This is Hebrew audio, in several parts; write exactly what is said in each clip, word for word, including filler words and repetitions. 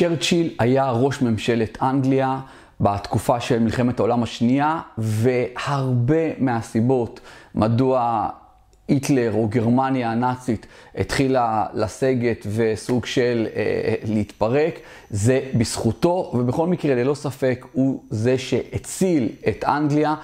צ'רצ'יל היה ראש ממשלת אנגליה בתקופה של מלחמת העולם השנייה, והרבה מהסיבות מדוע היטלר או גרמניה הנאצית התחילה לסגת וסוג של אה, להתפרק, זה בזכותו, ובכל מקרה ללא ספק הוא זה שהציל את אנגליה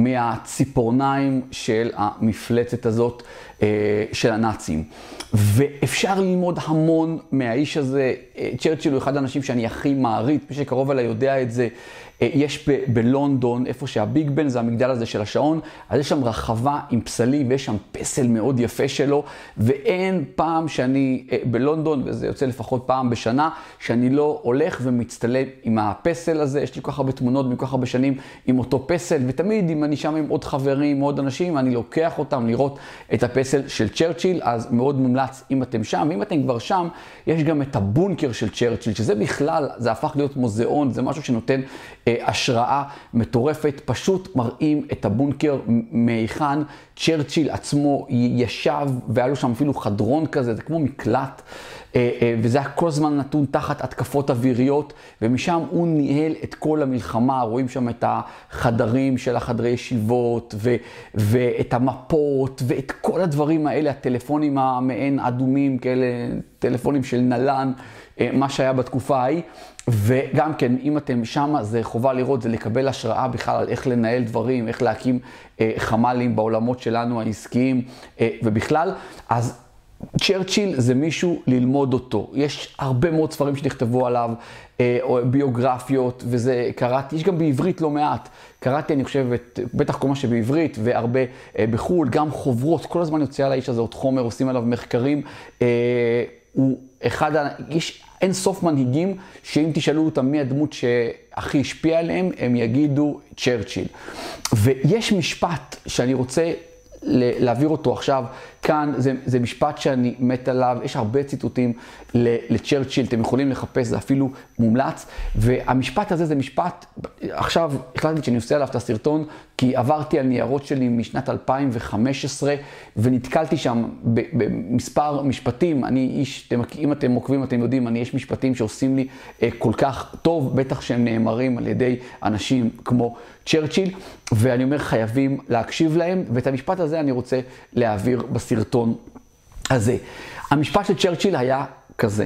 מהציפורניים של המפלצת הזאת אה, של הנאצים. ואפשר ללמוד המון מהאיש הזה. צ'רצ'יל הוא אחד האנשים שאני הכי מעריץ, מי שקרוב אליי יודע את זה. יש ב- בלונדון, איפה שהביג בן, זה המגדל הזה של השעון, אז יש שם רחבה עם פסלים, ויש שם פסל מאוד יפה שלו, ואין פעם שאני בלונדון, וזה יוצא לפחות פעם בשנה, שאני לא הולך ומצטלם עם הפסל הזה. יש לי כל כך הרבה תמונות מכל כך הרבה שנים עם אותו פסל, ותמיד אם אני שם עם עוד חברים, עם עוד אנשים, אני לוקח אותם לראות את הפסל של צ'רצ'יל, אז מאוד מומלץ אם אתם שם. ואם אתם כבר שם, יש גם את הבונקר של צ'רצ'יל, שזה בכלל, זה הפך להיות מוזיאון, זה משהו שנותן השראה מטורפת. פשוט מראים את הבונקר מהיכן צ'רצ'יל עצמו ישב, והיה לו שם אפילו חדרון כזה, זה כמו מקלט, וזה היה כל הזמן נתון תחת התקפות אוויריות, ומשם הוא ניהל את כל המלחמה. רואים שם את החדרים של החדרי ישיבות, ו- ואת המפות, ואת כל הדברים האלה, הטלפונים המעין אדומים, כאלה טלפונים של נלן, מה שהיה בתקופה ההיא. וגם כן, אם אתם שם, זה חובה לראות, זה לקבל השראה בכלל על איך לנהל דברים, איך להקים אה, חמלים בעולמות שלנו העסקיים אה, ובכלל. אז צ'רצ'יל זה מישהו ללמוד אותו. יש הרבה מאוד ספרים שנכתבו עליו, אה, או ביוגרפיות, וזה קראתי, יש גם בעברית לא מעט. קראתי, אני חושב, בטח כל מה שבעברית, והרבה אה, בחול, גם חוברות, כל הזמן יוצא על האיש הזה עוד חומר, עושים עליו מחקרים. אה, הוא אחד, יש אין סוף מנהיגים שאם תשאלו אותם מי הדמות שהכי השפיע עליהם, הם יגידו צ'רצ'יל. ויש משפט שאני רוצה להעביר אותו עכשיו כאן, זה, זה משפט שאני מת עליו, יש הרבה ציטוטים לצ'רצ'יל, אתם יכולים לחפש, זה אפילו מומלץ, והמשפט הזה זה משפט, עכשיו החלטתי שאני עושה עליו את הסרטון, כי עברתי על ניירות שלי משנת אלפיים וחמש עשרה, ונתקלתי שם במספר משפטים. אני איש, אם אתם עוקבים אתם יודעים, אני יש משפטים שעושים לי כל כך טוב, בטח שהם נאמרים על ידי אנשים כמו צ'רצ'יל, ואני אומר חייבים להקשיב להם, ואת המשפט הזה אני רוצה להעביר בסרטון הזה. המשפט של צ'רצ'יל היה כזה: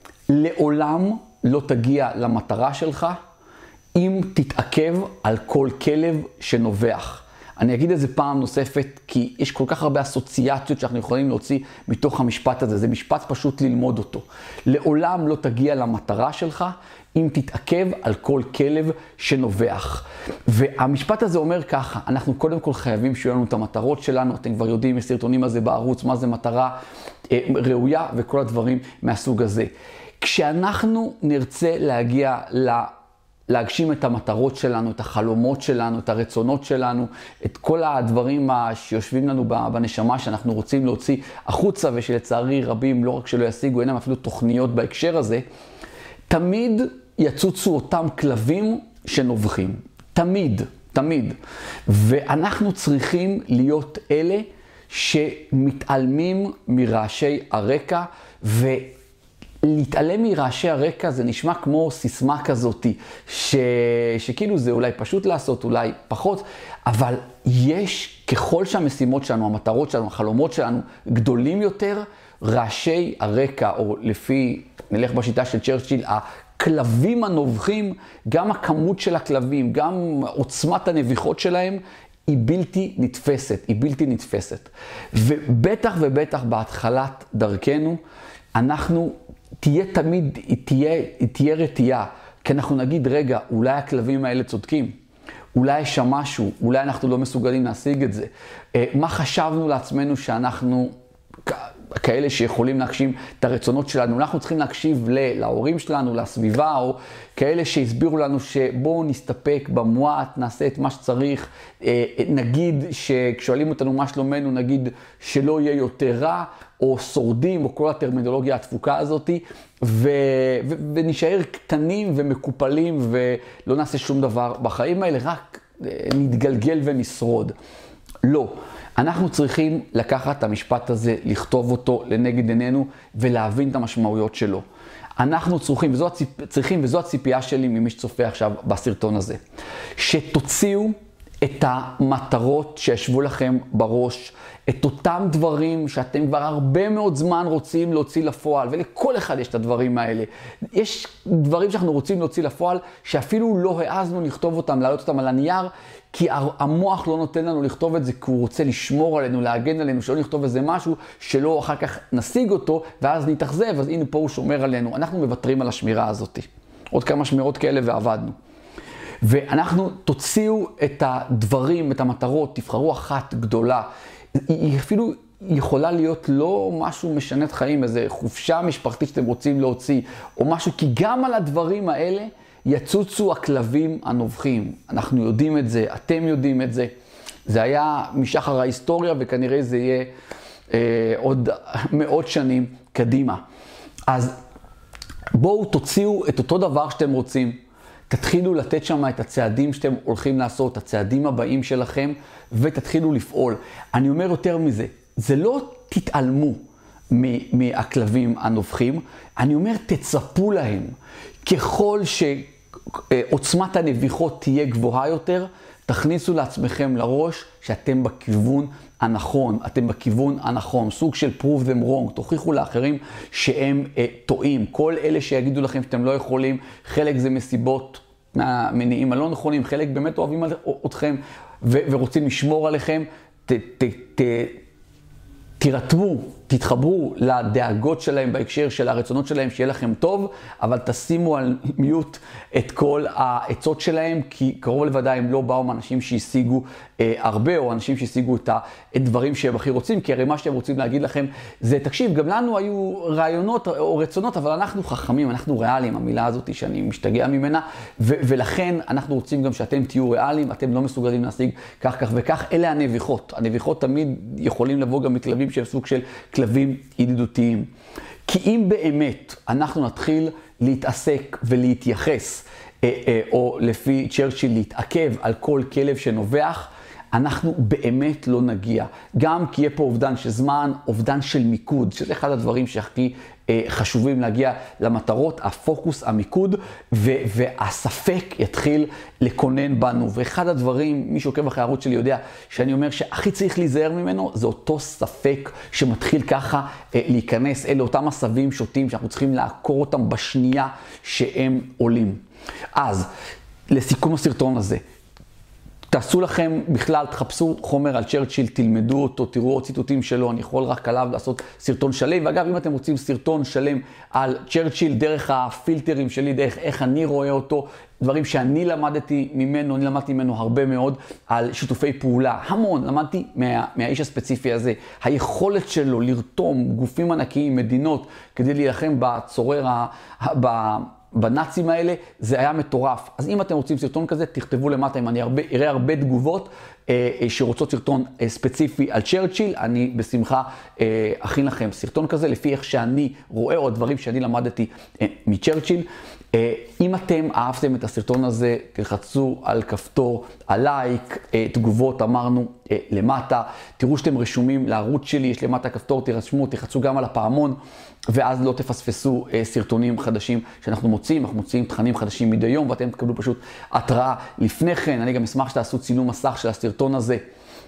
לעולם לא תגיע למטרה שלך אם תתעכב על כל כלב שנובח. אני אגיד את זה פעם נוספת, כי יש כל כך הרבה אסוציאציות שאנחנו יכולים להוציא מתוך המשפט הזה. זה משפט פשוט ללמוד אותו. לעולם לא תגיע למטרה שלך אם תתעכב על כל כלב שנובח. והמשפט הזה אומר ככה: אנחנו קודם כל חייבים שיהיו לנו את המטרות שלנו. אתם כבר יודעים, יש סרטונים הזה בערוץ, מה זה מטרה אה, ראויה וכל הדברים מהסוג הזה. כשאנחנו נרצה להגיע ל... להגשים את המטרות שלנו, את החלומות שלנו, את הרצונות שלנו, את כל הדברים שיושבים לנו בנשמה שאנחנו רוצים להוציא החוצה, ושלצערי רבים לא רק שלא ישיגו, אין להם אפילו תוכניות בהקשר הזה, תמיד יצוצו אותם כלבים שנובחים. תמיד, תמיד. ואנחנו צריכים להיות אלה שמתעלמים מרעשי הרקע, ו... להתעלם מרעשי הרקע זה נשמע כמו סיסמה כזאת, ש... שכאילו זה אולי פשוט לעשות, אולי פחות, אבל יש, ככל שהמשימות שלנו, המטרות שלנו, החלומות שלנו גדולים יותר, רעשי הרקע, או לפי, נלך בשיטה של צ'רצ'יל, הכלבים הנובחים, גם הכמות של הכלבים, גם עוצמת הנביחות שלהם, היא בלתי נתפסת, היא בלתי נתפסת. ובטח ובטח בהתחלת דרכנו, אנחנו תהיה תמיד, תהיה, תהיה רתיעה, כי אנחנו נגיד, רגע, אולי הכלבים האלה צודקים, אולי יש שם משהו, אולי אנחנו לא מסוגלים להשיג את זה. מה חשבנו לעצמנו שאנחנו כאלה שיכולים להגשים את הרצונות שלנו? אנחנו צריכים להקשיב להורים שלנו, לסביבה, או כאלה שהסבירו לנו שבואו נסתפק במועט, נעשה את מה שצריך, נגיד שכשואלים אותנו מה שלומנו, נגיד שלא יהיה יותר רע, או שורדים, או כל הטרמינולוגיה התפוקה הזאת, ו... ו... ונשאר קטנים ומקופלים, ולא נעשה שום דבר בחיים האלה, רק נתגלגל ונשרוד. לא. אנחנו צריכים לקחת את המשפט הזה, לכתוב אותו לנגד עינינו, ולהבין את המשמעויות שלו. אנחנו צריכים, וזו, הציפ... צריכים, וזו הציפייה שלי ממי שצופה עכשיו בסרטון הזה, שתוציאו את המטרות שישבו לכם בראש, את אותם דברים שאתם כבר הרבה מאוד זמן רוצים להוציא לפועל, ולכל אחד יש את הדברים האלה. יש דברים שאנחנו רוצים להוציא לפועל, שאפילו לא העזנו לכתוב אותם, להעלות אותם על הנייר, כי המוח לא נותן לנו לכתוב את זה, כי הוא רוצה לשמור עלינו, להגן עלינו, שלא נכתוב איזה משהו, שלא אחר כך נשיג אותו, ואז נתאכזב, אז הנה פה הוא שומר עלינו. אנחנו מוותרים על השמירה הזאת. עוד כמה שמירות כאלה ועבדנו. ואנחנו תוציאו את הדברים, את המטרות, תבחרו אחת גדולה. היא אפילו יכולה להיות לא משהו משנת חיים, איזו חופשה משפחתית שאתם רוצים להוציא, או משהו, כי גם על הדברים האלה יצוצו הכלבים הנובחים. אנחנו יודעים את זה, אתם יודעים את זה. זה היה משחר ההיסטוריה, וכנראה זה יהיה אה, עוד מאות שנים קדימה. אז בואו תוציאו את אותו דבר שאתם רוצים. תתחילו לתת שם את הצעדים שאתם הולכים לעשות, הצעדים הבאים שלכם, ותתחילו לפעול. אני אומר יותר מזה, זה לא תתעלמו מהכלבים הנובחים, אני אומר תצפו להם. ככל שעוצמת הנביחות תהיה גבוהה יותר, תכניסו לעצמכם לראש שאתם בכיוון הנכון, אתם בכיוון הנכון, סוג של prove them wrong, תוכיחו לאחרים שהם אה, טועים. כל אלה שיגידו לכם שאתם לא יכולים, חלק זה מסיבות מהמניעים הלא נכונים, חלק באמת אוהבים אתכם ו- ורוצים לשמור עליכם, ת, ת, ת, תירתמו, תתחברו לדאגות שלהם בהקשר של הרצונות שלהם, שיהיה לכם טוב, אבל תשימו על מיוט את כל העצות שלהם, כי קרוב לוודאי הם לא באו מאנשים שהשיגו אה, הרבה, או אנשים שהשיגו את הדברים שהם הכי רוצים, כי הרי מה שהם רוצים להגיד לכם זה, תקשיב, גם לנו היו רעיונות או רצונות, אבל אנחנו חכמים, אנחנו ריאליים, המילה הזאת שאני משתגע ממנה, ו- ולכן אנחנו רוצים גם שאתם תהיו ריאליים, אתם לא מסוגלים להשיג כך כך וכך, אלה הנביחות. הנביחות תמיד יכולים לבוא גם מכלבים של סוג של כלבים ידידותיים. כי אם באמת אנחנו נתחיל להתעסק ולהתייחס, אה, אה, או לפי צ'רצ'יל להתעכב על כל כלב שנובח, אנחנו באמת לא נגיע. גם כי יהיה פה אובדן של זמן, אובדן של מיקוד, שזה אחד הדברים שהכי אה, חשובים להגיע למטרות, הפוקוס, המיקוד, ו- והספק יתחיל לקונן בנו. ואחד הדברים, מי שעוקב אחרי הערוץ שלי יודע, שאני אומר שהכי צריך להיזהר ממנו, זה אותו ספק שמתחיל ככה אה, להיכנס אלה אותם עשבים שוטים, שאנחנו צריכים לעקור אותם בשנייה שהם עולים. אז, לסיכום הסרטון הזה, תעשו לכם בכלל, תחפשו חומר על צ'רצ'יל, תלמדו אותו, תראו עוד ציטוטים שלו, אני יכול רק עליו לעשות סרטון שלם, ואגב, אם אתם רוצים סרטון שלם על צ'רצ'יל, דרך הפילטרים שלי, דרך איך אני רואה אותו, דברים שאני למדתי ממנו, אני למדתי ממנו הרבה מאוד על שיתופי פעולה, המון, למדתי מה, מהאיש הספציפי הזה, היכולת שלו לרתום גופים ענקיים, מדינות, כדי להילחם בצורר, ה, ב... בנאצים האלה, זה היה מטורף. אז אם אתם רוצים סרטון כזה, תכתבו למטה, אם אני הרבה, אראה הרבה תגובות אה, שרוצות סרטון אה, ספציפי על צ'רצ'יל, אני בשמחה אה, אכין לכם סרטון כזה, לפי איך שאני רואה, או הדברים שאני למדתי אה, מצ'רצ'יל. אה, אם אתם אהבתם את הסרטון הזה, תלחצו על כפתור הלייק, אה, תגובות אמרנו אה, למטה, תראו שאתם רשומים לערוץ שלי, יש למטה כפתור, תרשמו, תלחצו גם על הפעמון, ואז לא תפספסו אה, סרטונים חדשים שאנחנו מוצאים, אנחנו מוצאים תכנים חדשים מדי יום, ואתם תקבלו פשוט התראה לפני כן. אני גם אשמח שתעשו צילום מסך של הסרטון הזה,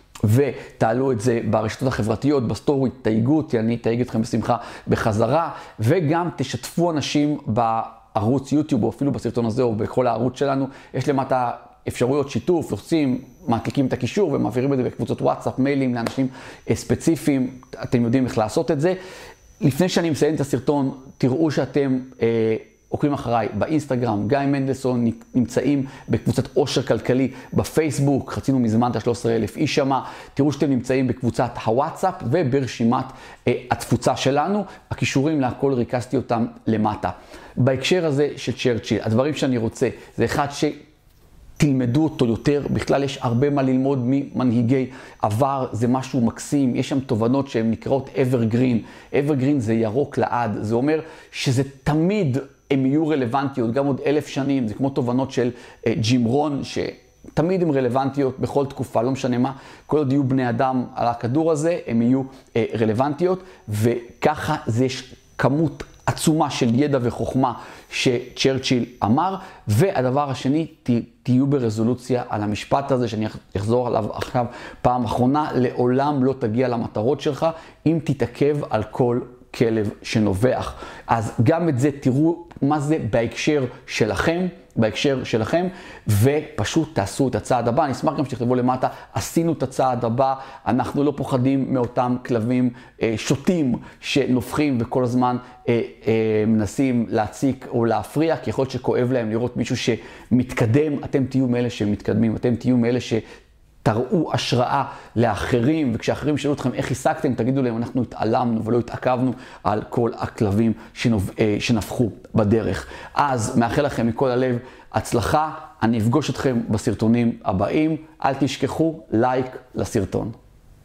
ותעלו את זה ברשתות החברתיות, בסטורי, תייגו אותי, אני אתייג אתכם בשמחה בחזרה, וגם תשתפו אנשים בערוץ יוטיוב, או אפילו בסרטון הזה, או בכל הערוץ שלנו. יש למטה אפשרויות שיתוף, לוחצים, מעתיקים את הקישור ומעבירים את זה בקבוצות וואטסאפ, מיילים לאנשים ספציפיים, אתם יודעים איך לעשות את זה. לפני שאני מסיים את הסרטון, תראו שאתם אה, עוקבים אחריי באינסטגרם, גיא מנדלסון, נמצאים בקבוצת עושר כלכלי בפייסבוק, חצינו מזמן את ה-שלושה עשר אלף איש שמה, תראו שאתם נמצאים בקבוצת הוואטסאפ וברשימת אה, התפוצה שלנו, הכישורים להכל ריכזתי אותם למטה. בהקשר הזה של צ'רצ'יל, הדברים שאני רוצה, זה אחד ש... תלמדו אותו יותר, בכלל יש הרבה מה ללמוד ממנהיגי עבר, זה משהו מקסים, יש שם תובנות שהן נקראות evergreen. evergreen זה ירוק לעד, זה אומר שזה תמיד הם יהיו רלוונטיות, גם עוד אלף שנים, זה כמו תובנות של uh, ג'ים רון, שתמיד הן רלוונטיות בכל תקופה, לא משנה מה, כל עוד יהיו בני אדם על הכדור הזה, הם יהיו uh, רלוונטיות, וככה זה יש כמות עצומה של ידע וחוכמה שצ'רצ'יל אמר. והדבר השני, ת, תהיו ברזולוציה על המשפט הזה, שאני אחזור עליו עכשיו פעם אחרונה, לעולם לא תגיע למטרות שלך אם תתעכב על כל כלב שנובח. אז גם את זה תראו מה זה בהקשר שלכם, בהקשר שלכם, ופשוט תעשו את הצעד הבא. אני אשמח גם שתכתבו למטה, עשינו את הצעד הבא, אנחנו לא פוחדים מאותם כלבים אה, שוטים שנופחים וכל הזמן אה, אה, מנסים להציק או להפריע, כי יכול להיות שכואב להם לראות מישהו שמתקדם. אתם תהיו מאלה שמתקדמים, אתם תהיו מאלה ש... תראו השראה לאחרים, וכשאחרים שאלו אתכם איך השגתם, תגידו להם, אנחנו התעלמנו ולא התעכבנו על כל הכלבים שנוב... שנפחו בדרך. אז מאחל לכם מכל הלב הצלחה, אני אפגוש אתכם בסרטונים הבאים, אל תשכחו לייק לסרטון.